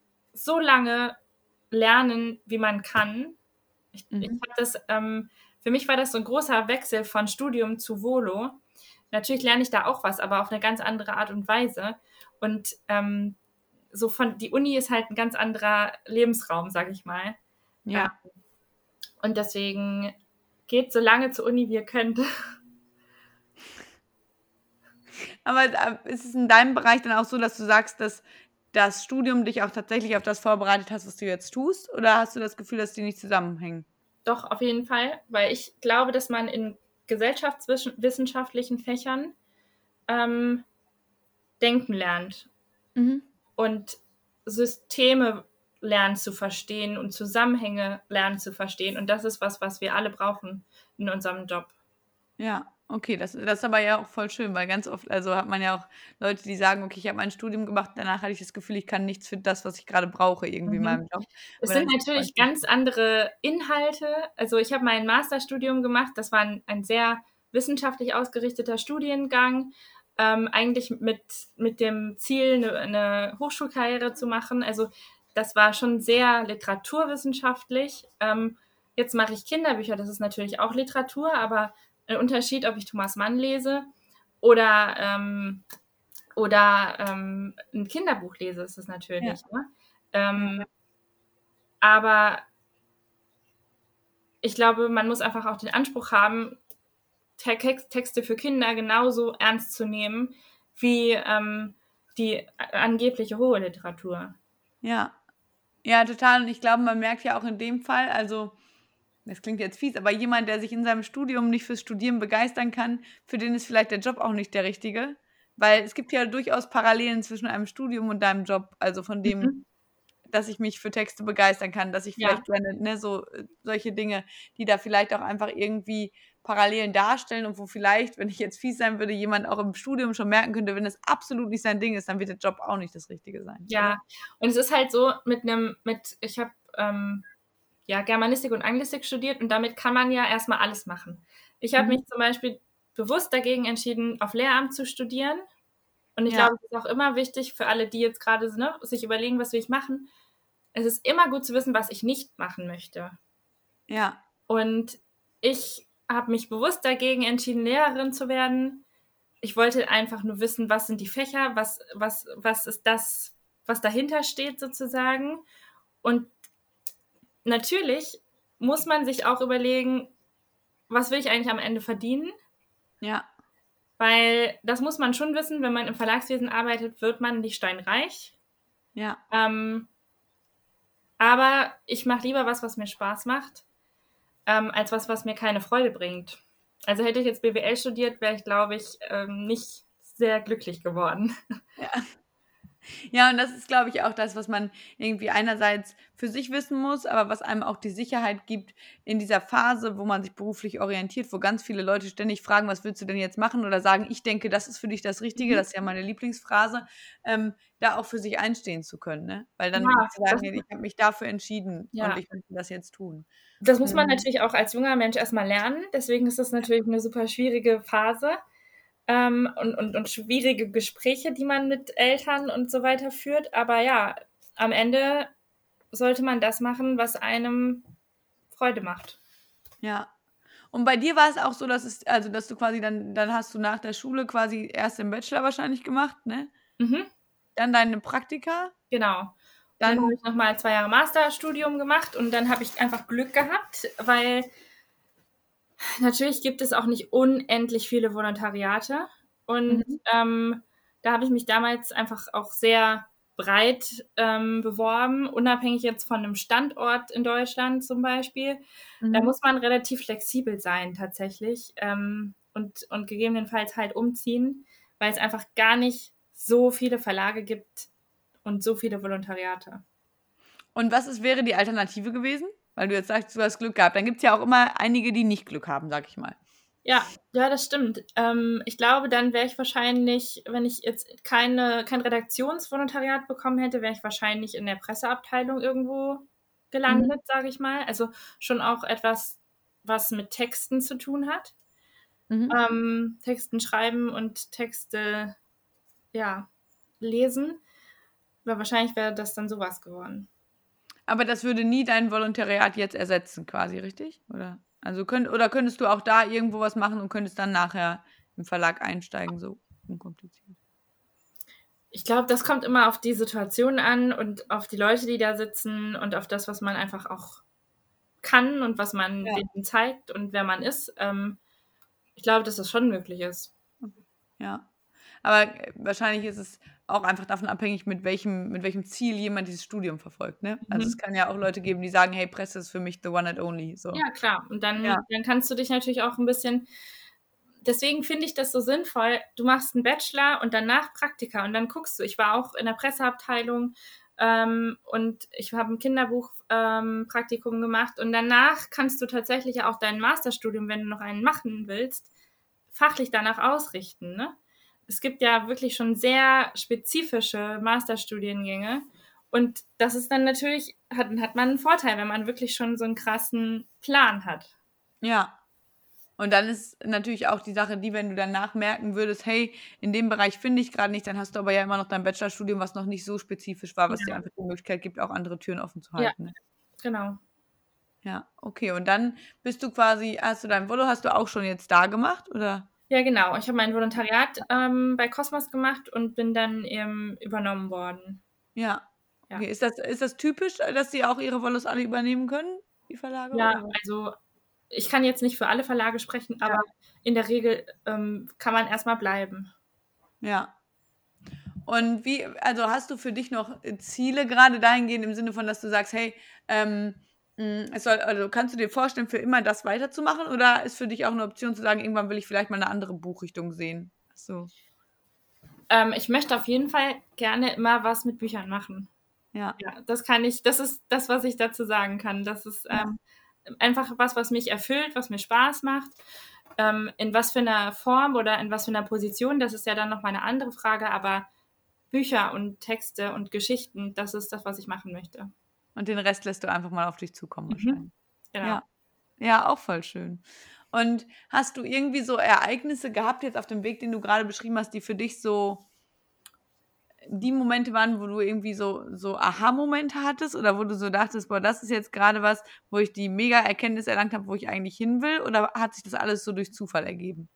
so lange lernen, wie man kann. Ich, ich Mhm. habe das, ähm, für mich war das so ein großer Wechsel von Studium zu Volo. Natürlich lerne ich da auch was, aber auf eine ganz andere Art und Weise. Und ähm, so von die Uni ist halt ein ganz anderer Lebensraum, sag ich mal. Äh, Ja. und deswegen geht so lange zur Uni, wie ihr könnt. Aber, äh, ist es in deinem Bereich dann auch so, dass du sagst, dass das Studium dich auch tatsächlich auf das vorbereitet hast, was du jetzt tust? Oder hast du das Gefühl, dass die nicht zusammenhängen? Doch, auf jeden Fall, weil ich glaube, dass man in gesellschaftswissenschaftlichen Fächern ähm, denken lernt Mhm. und Systeme lernen zu verstehen und Zusammenhänge lernen zu verstehen. Und das ist was, was wir alle brauchen in unserem Job. Ja, okay, das das ist aber ja auch voll schön, weil ganz oft also, hat man ja auch Leute, die sagen: „Okay, ich habe mein Studium gemacht, danach hatte ich das Gefühl, ich kann nichts für das, was ich grade brauche irgendwie in Mhm. meinem Job.“ Es Aber dann sind ist es natürlich manchmal ganz andere Inhalte. Also ich habe mein Masterstudium gemacht. Das war ein, ein sehr wissenschaftlich ausgerichteter Studiengang. Ähm, eigentlich mit, mit dem Ziel, eine, eine Hochschulkarriere zu machen. Also das war schon sehr literaturwissenschaftlich. Ähm, jetzt mache ich Kinderbücher. Das ist natürlich auch Literatur, aber ein Unterschied, ob ich Thomas Mann lese oder, ähm, oder ähm, ein Kinderbuch lese, ist es ja, natürlich. Ne? ja, Ähm, aber ich glaube, man muss einfach auch den Anspruch haben, Texte für Kinder genauso ernst zu nehmen wie ähm, die angebliche hohe Literatur. Ja. Ja, total. Und ich glaube, man merkt ja auch in dem Fall, also das klingt jetzt fies, aber jemand, der sich in seinem Studium nicht fürs Studieren begeistern kann, für den ist vielleicht der Job auch nicht der richtige. Weil es gibt ja durchaus Parallelen zwischen einem Studium und deinem Job. Also von dem, Mhm. dass ich mich für Texte begeistern kann, dass ich Ja. vielleicht gerne, ne, so äh, solche Dinge, die da vielleicht auch einfach irgendwie Parallelen darstellen und wo vielleicht, wenn ich jetzt fies sein würde, jemand auch im Studium schon merken könnte, wenn es absolut nicht sein Ding ist, dann wird der Job auch nicht das Richtige sein. Ja, oder? und es ist halt so mit einem, mit, ich habe ähm, ja Germanistik und Anglistik studiert und damit kann man ja erstmal alles machen. Ich habe Mhm. mich zum Beispiel bewusst dagegen entschieden, auf Lehramt zu studieren. Und ich Ja. glaube, es ist auch immer wichtig für alle, die jetzt gerade ne, sich überlegen, was will ich machen. Es ist immer gut zu wissen, was ich nicht machen möchte. Ja. Und ich habe mich bewusst dagegen entschieden, Lehrerin zu werden. Ich wollte einfach nur wissen, was sind die Fächer, was, was, was ist das, was dahinter steht sozusagen. Und natürlich muss man sich auch überlegen, was will ich eigentlich am Ende verdienen? Ja. Weil das muss man schon wissen, wenn man im Verlagswesen arbeitet, wird man nicht steinreich. Ja. Ähm, aber ich mache lieber was, was mir Spaß macht, ähm, als was, was mir keine Freude bringt. Also hätte ich jetzt B W L studiert, wäre ich, glaube ich, ähm, nicht sehr glücklich geworden. Ja. Ja, und das ist, glaube ich, auch das, was man irgendwie einerseits für sich wissen muss, aber was einem auch die Sicherheit gibt in dieser Phase, wo man sich beruflich orientiert, wo ganz viele Leute ständig fragen: „Was willst du denn jetzt machen?“ oder sagen: „Ich denke, das ist für dich das Richtige“, Mhm. das ist ja meine Lieblingsphrase, ähm, da auch für sich einstehen zu können, ne? Weil dann Ja, zu sagen: das „Ich habe mich dafür entschieden und Ja. ich möchte das jetzt tun.“ Das muss man Mhm. natürlich auch als junger Mensch erstmal lernen. Deswegen ist das natürlich eine super schwierige Phase, ähm, und und und schwierige Gespräche, die man mit Eltern und so weiter führt. Aber ja, am Ende sollte man das machen, was einem Freude macht. Ja. Und bei dir war es auch so, dass es also, dass du quasi dann dann hast du nach der Schule quasi erst den Bachelor wahrscheinlich gemacht, ne? Mhm, Dann deine Praktika? genau. Und dann habe Dann ich noch mal zwei Jahre Masterstudium gemacht und dann habe ich einfach Glück gehabt, weil natürlich gibt es auch nicht unendlich viele Volontariate. Und Mhm. ähm, da habe ich mich damals einfach auch sehr breit ähm, beworben, unabhängig jetzt von einem Standort in Deutschland zum Beispiel. Da Mhm. muss man relativ flexibel sein tatsächlich ähm, und, und gegebenenfalls halt umziehen, weil es einfach gar nicht so viele Verlage gibt und so viele Volontariate. Und was ist wäre die Alternative gewesen? Weil du jetzt sagst, du hast Glück gehabt. Dann gibt's ja auch immer einige, die nicht Glück haben, sage ich mal. Ja, ja, das stimmt. Ähm, ich glaube, dann wäre ich wahrscheinlich, wenn ich jetzt keine, kein Redaktionsvolontariat bekommen hätte, wäre ich wahrscheinlich in der Presseabteilung irgendwo Mhm. gelandet, sage ich mal. Also schon auch etwas, was mit Texten zu tun hat. Mhm. Ähm, Texten schreiben und Texte, ja, lesen. Aber wahrscheinlich wäre das dann sowas geworden. Aber das würde nie dein Volontariat jetzt ersetzen quasi, richtig? Oder also könnt oder könntest du auch da irgendwo was machen und könntest dann nachher im Verlag einsteigen, so unkompliziert? Ich glaube, das kommt immer auf die Situation an und auf die Leute, die da sitzen und auf das, was man einfach auch kann und was man Ja. denen zeigt und wer man ist. Ähm, ich glaube, dass das schon möglich ist. Okay. Ja. Aber, äh, wahrscheinlich ist es auch einfach davon abhängig, mit welchem mit welchem Ziel jemand dieses Studium verfolgt, ne? Also, es Mhm. kann ja auch Leute geben, die sagen: „Hey, Presse ist für mich the one and only“, so. Ja, klar. Und dann, Ja. dann kannst du dich natürlich auch ein bisschen. Deswegen finde ich das so sinnvoll. Du machst einen Bachelor und danach Praktika und dann guckst du. Ich war auch in der Presseabteilung ähm, und ich habe ein Kinderbuchpraktikum ähm, gemacht und danach kannst du tatsächlich auch dein Masterstudium, wenn du noch einen machen willst, fachlich danach ausrichten. Ne? Es gibt ja wirklich schon sehr spezifische Masterstudiengänge und das ist dann natürlich, hat, hat man einen Vorteil, wenn man wirklich schon so einen krassen Plan hat. Ja. Und dann ist natürlich auch die Sache die, wenn du danach merken würdest: „Hey, in dem Bereich finde ich grad nicht“, dann hast du aber ja immer noch dein Bachelorstudium, was noch nicht so spezifisch war, was dir Ja, einfach die Möglichkeit gibt, auch andere Türen offen zu ja, halten, ne? genau. Ja, okay. Und dann bist du quasi hast du dein Volo hast du auch schon jetzt da gemacht, oder? Ja, genau. Ich habe mein Volontariat ähm, bei Cosmos gemacht und bin dann ähm, übernommen worden. Ja. Ja. Okay. Ist das ist das typisch, äh, dass die auch ihre Volos alle übernehmen können, die Verlage, Ja, oder was? also ich kann jetzt nicht für alle Verlage sprechen, aber ja. in der Regel ähm, kann man erstmal bleiben. Ja. Und wie, also hast du für dich noch Ziele gerade dahingehend im Sinne von, dass du sagst, hey, ähm, es soll, also kannst du dir vorstellen, für immer das weiterzumachen oder ist für dich auch eine Option zu sagen, irgendwann will ich vielleicht mal eine andere Buchrichtung sehen? So. Ähm, ich möchte auf jeden Fall gerne immer was mit Büchern machen. Ja. Ja, das kann ich, das ist das, was ich dazu sagen kann. Das ist ähm, ja. einfach was, was mich erfüllt, was mir Spaß macht. Ähm, in was für einer Form oder in was für einer Position, das ist ja dann nochmal eine andere Frage, aber Bücher und Texte und Geschichten, das ist das, was ich machen möchte. Und den Rest lässt du einfach mal auf dich zukommen Mhm. wahrscheinlich. Genau. Ja. Ja, auch voll schön. Und hast du irgendwie so Ereignisse gehabt jetzt auf dem Weg, den du gerade beschrieben hast, die für dich so die Momente waren, wo du irgendwie so so Aha-Momente hattest oder wo du so dachtest: „Boah, das ist jetzt gerade was, wo ich die Mega-Erkenntnis erlangt habe, wo ich eigentlich hin will“, oder hat sich das alles so durch Zufall ergeben?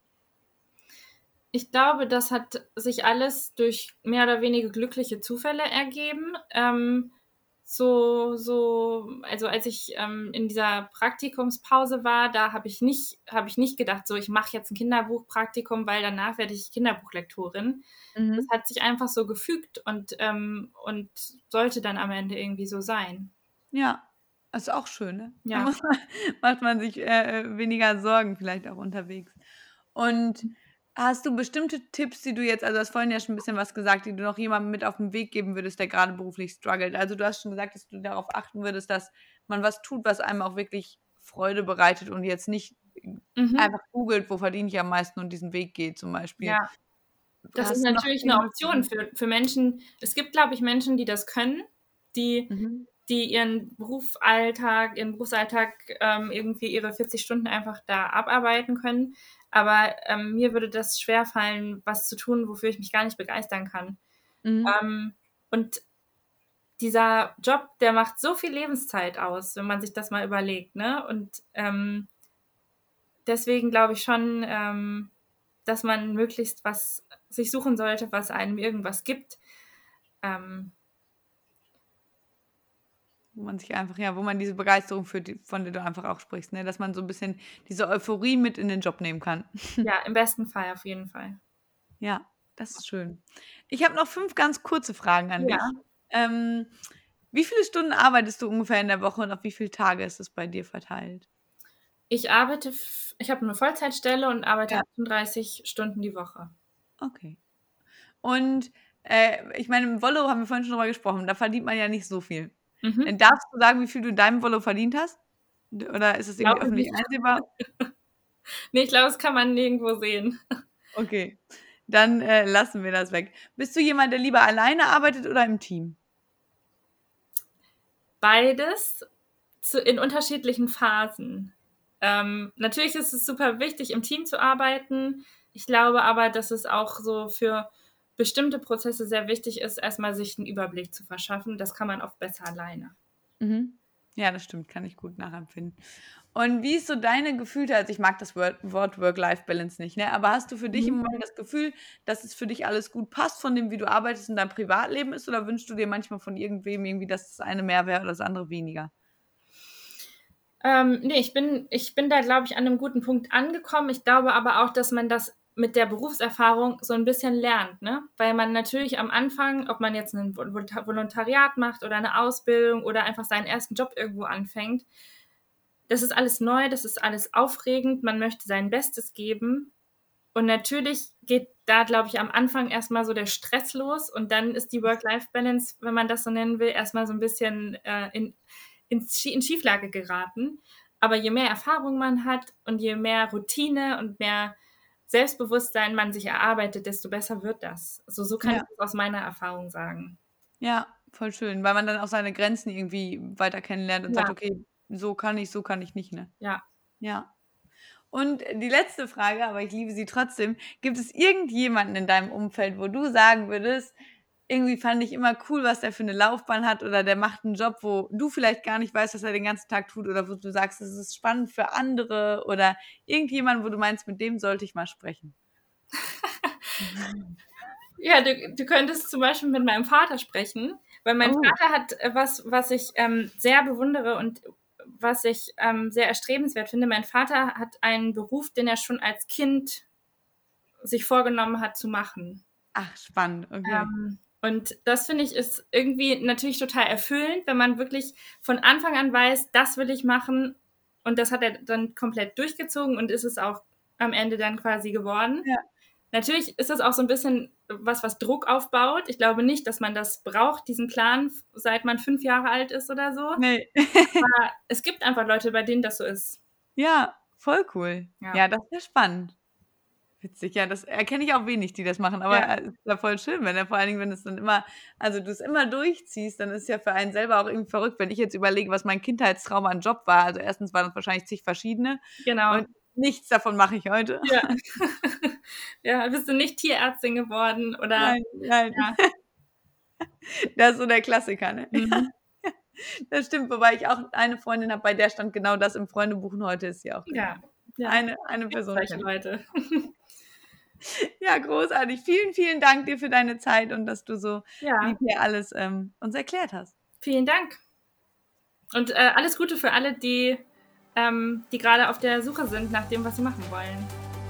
Ich glaube, das hat sich alles durch mehr oder weniger glückliche Zufälle ergeben. Ähm, so so also, als ich, ähm, in dieser Praktikumspause war, da habe ich nicht habe ich nicht gedacht, so: „Ich mache jetzt 'n Kinderbuchpraktikum, weil danach werde ich Kinderbuchlektorin.“ Das Mhm. hat sich einfach so gefügt und, ähm und sollte dann am Ende irgendwie so sein. Ja, ist auch schön, ne? Da Ja. muss man macht man sich, äh, äh, weniger Sorgen vielleicht auch unterwegs. Und hast du bestimmte Tipps, die du jetzt also, du hast vorhin ja schon 'n bisschen was gesagt, die du noch jemandem mit auf 'n Weg geben würdest, der gerade beruflich struggelt? Also, du hast schon gesagt, dass du darauf achten würdest, dass man was tut, was einem auch wirklich Freude bereitet und jetzt nicht Mhm. einfach googelt: „Wo verdiene ich am meisten?“ und diesen Weg geht zum Beispiel. Ja. Das ist Hast du noch natürlich 'ne irgendwas Option für für Menschen. Es gibt, glaube ich, Menschen, die das können, die Mhm. die ihren Berufsalltag ihren Berufsalltag, ähm, irgendwie ihre vierzig Stunden einfach da abarbeiten können. Aber, ähm, mir würde das schwerfallen, was zu tun, wofür ich mich gar nicht begeistern kann. Mhm. Ähm, und dieser Job, der macht so viel Lebenszeit aus, wenn man sich das mal überlegt, ne? Und, ähm deswegen glaube ich schon, ähm, dass man möglichst was sich suchen sollte, was einem irgendwas gibt. Ähm Wo man sich einfach ja, wo man diese Begeisterung für die von der du einfach auch sprichst, ne, dass man so 'n bisschen diese Euphorie mit in den Job nehmen kann. Ja, im besten Fall, auf jeden Fall. Ja, das ist schön. Ich habe noch fünf ganz kurze Fragen an Ja. dich. Ähm, wie viele Stunden arbeitest du ungefähr in der Woche und auf wie viele Tage ist es bei dir verteilt? Ich arbeite f ich habe 'ne Vollzeitstelle und arbeite Ja. achtunddreißig Stunden die Woche. Okay. Und, äh, ich meine, im Volo haben wir vorhin schon drüber gesprochen, da verdient man ja nicht so viel. Mhm. Äh, darfst du sagen, wie viel du in deinem Volo verdient hast? D oder ist es irgendwie Glaube öffentlich nicht. einsehbar? Ne, ich glaube, das kann man nirgendwo sehen. Okay, dann, äh, lassen wir das weg. Bist du jemand, der lieber alleine arbeitet oder im Team? Beides zu in unterschiedlichen Phasen. Ähm, natürlich ist es super wichtig, im Team zu arbeiten. Ich glaube aber, dass es auch so für bestimmte Prozesse sehr wichtig ist, erst mal sich 'n Überblick zu verschaffen. Das kann man oft besser alleine. Mhm. Ja, das stimmt, kann ich gut nachempfinden. Und wie ist so deine gefühlte also, ich mag das Word Wort Work-Life-Balance nicht, ne, aber hast du für dich im Mhm. Moment das Gefühl, dass es für dich alles gut passt von dem, wie du arbeitest und dein Privatleben ist, oder wünschst du dir manchmal von irgendwem irgendwie, dass das eine mehr wäre oder das andere weniger? Ähm, ne, ich bin ich bin da, glaube ich, an 'nem guten Punkt angekommen. Ich glaube aber auch, dass man das mit der Berufserfahrung so 'n bisschen lernt, ne? Weil man natürlich am Anfang, ob man jetzt 'nen Vol Volta Volontariat macht oder 'ne Ausbildung oder einfach seinen ersten Job irgendwo anfängt das ist alles neu, das ist alles aufregend, man möchte sein Bestes geben. Und natürlich geht da, glaube ich, am Anfang erst mal so der Stress los und dann ist die Work-Life-Balance, wenn man das so nennen will, erst mal so 'n bisschen, äh, in ins Sch in Schieflage geraten. Aber je mehr Erfahrung man hat und je mehr Routine und mehr Selbstbewusstsein man sich erarbeitet, desto besser wird das. Also, so kann ich Ja. das aus meiner Erfahrung sagen. Ja, voll schön, weil man dann auch seine Grenzen irgendwie weiter kennenlernt und sagt: Ja. „Okay, so kann ich, so kann ich nicht“, ne? Ja. Ja. Und die letzte Frage, aber ich liebe sie trotzdem. Gibt es irgendjemanden in deinem Umfeld, wo du sagen würdest: „Irgendwie fand ich immer cool, was der für 'ne Laufbahn hat“, oder der macht 'n Job, wo du vielleicht gar nicht weißt, was er den ganzen Tag tut, oder wo du sagst, das ist spannend für andere, oder irgendjemand, wo du meinst, mit dem sollte ich mal sprechen? Ja, du du könntest zum Beispiel mit meinem Vater sprechen, weil mein Oh. Vater hat, äh, was, was ich, ähm, sehr bewundere und was ich ähm, sehr erstrebenswert finde. Mein Vater hat einen Beruf, den er schon als Kind sich vorgenommen hat zu machen. Ach, spannend, okay. Ähm, und das, finde ich, ist irgendwie natürlich total erfüllend, wenn man wirklich von Anfang an weiß, das will ich machen. Und das hat er dann komplett durchgezogen und ist es auch am Ende dann quasi geworden. Ja. Natürlich ist das auch so ein bisschen was, was Druck aufbaut. Ich glaube nicht, dass man das braucht, diesen Plan, seit man fünf Jahre alt ist oder so. Nee. Aber es gibt einfach Leute, bei denen das so ist. Ja, voll cool. Ja. Ja, das wäre spannend. Witzig, ja, das erkenne ich auch wenig, die das machen, aber Ja. es ist ja voll schön, wenn er vor allen Dingen, wenn es dann immer, also du es immer durchziehst, dann ist es ja für einen selber auch irgendwie verrückt, wenn ich jetzt überlege, was mein Kindheitstraum an Job war. Also erstens waren das wahrscheinlich zig verschiedene Genau. und nichts davon mache ich heute. Ja. Ja, bist du nicht Tierärztin geworden oder? Nein, nein. Ja. Das ist so der Klassiker, ne? Mhm. Das stimmt, wobei ich auch eine Freundin habe, bei der stand genau das im Freundebuch und heute ist sie auch Ja. Ja. eine, eine Person. Solche Leute. Ja, großartig. Vielen, vielen Dank dir für deine Zeit und dass du so Ja. lieb hier alles ähm, uns erklärt hast. Vielen Dank. Und äh, alles Gute für alle, die, ähm, die gerade auf der Suche sind nach dem, was sie machen wollen.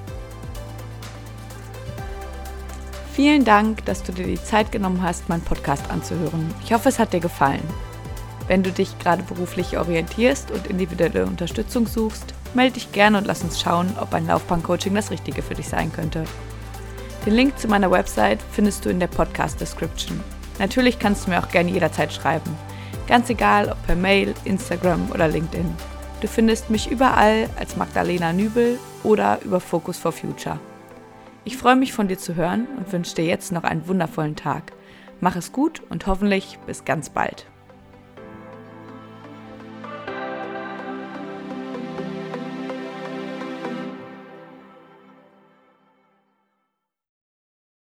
Vielen Dank, dass du dir die Zeit genommen hast, meinen Podcast anzuhören. Ich hoffe, es hat dir gefallen. Wenn du dich gerade beruflich orientierst und individuelle Unterstützung suchst, melde dich gerne und lass uns schauen, ob ein Laufbahn-Coaching das Richtige für dich sein könnte. Den Link zu meiner Website findest du in der Podcast-Description. Natürlich kannst du mir auch gerne jederzeit schreiben. Ganz egal, ob per Mail, Instagram oder LinkedIn. Du findest mich überall als Magdalena Nübel oder über Focus for Future. Ich freue mich, von dir zu hören und wünsche dir jetzt noch einen wundervollen Tag. Mach es gut und hoffentlich bis ganz bald.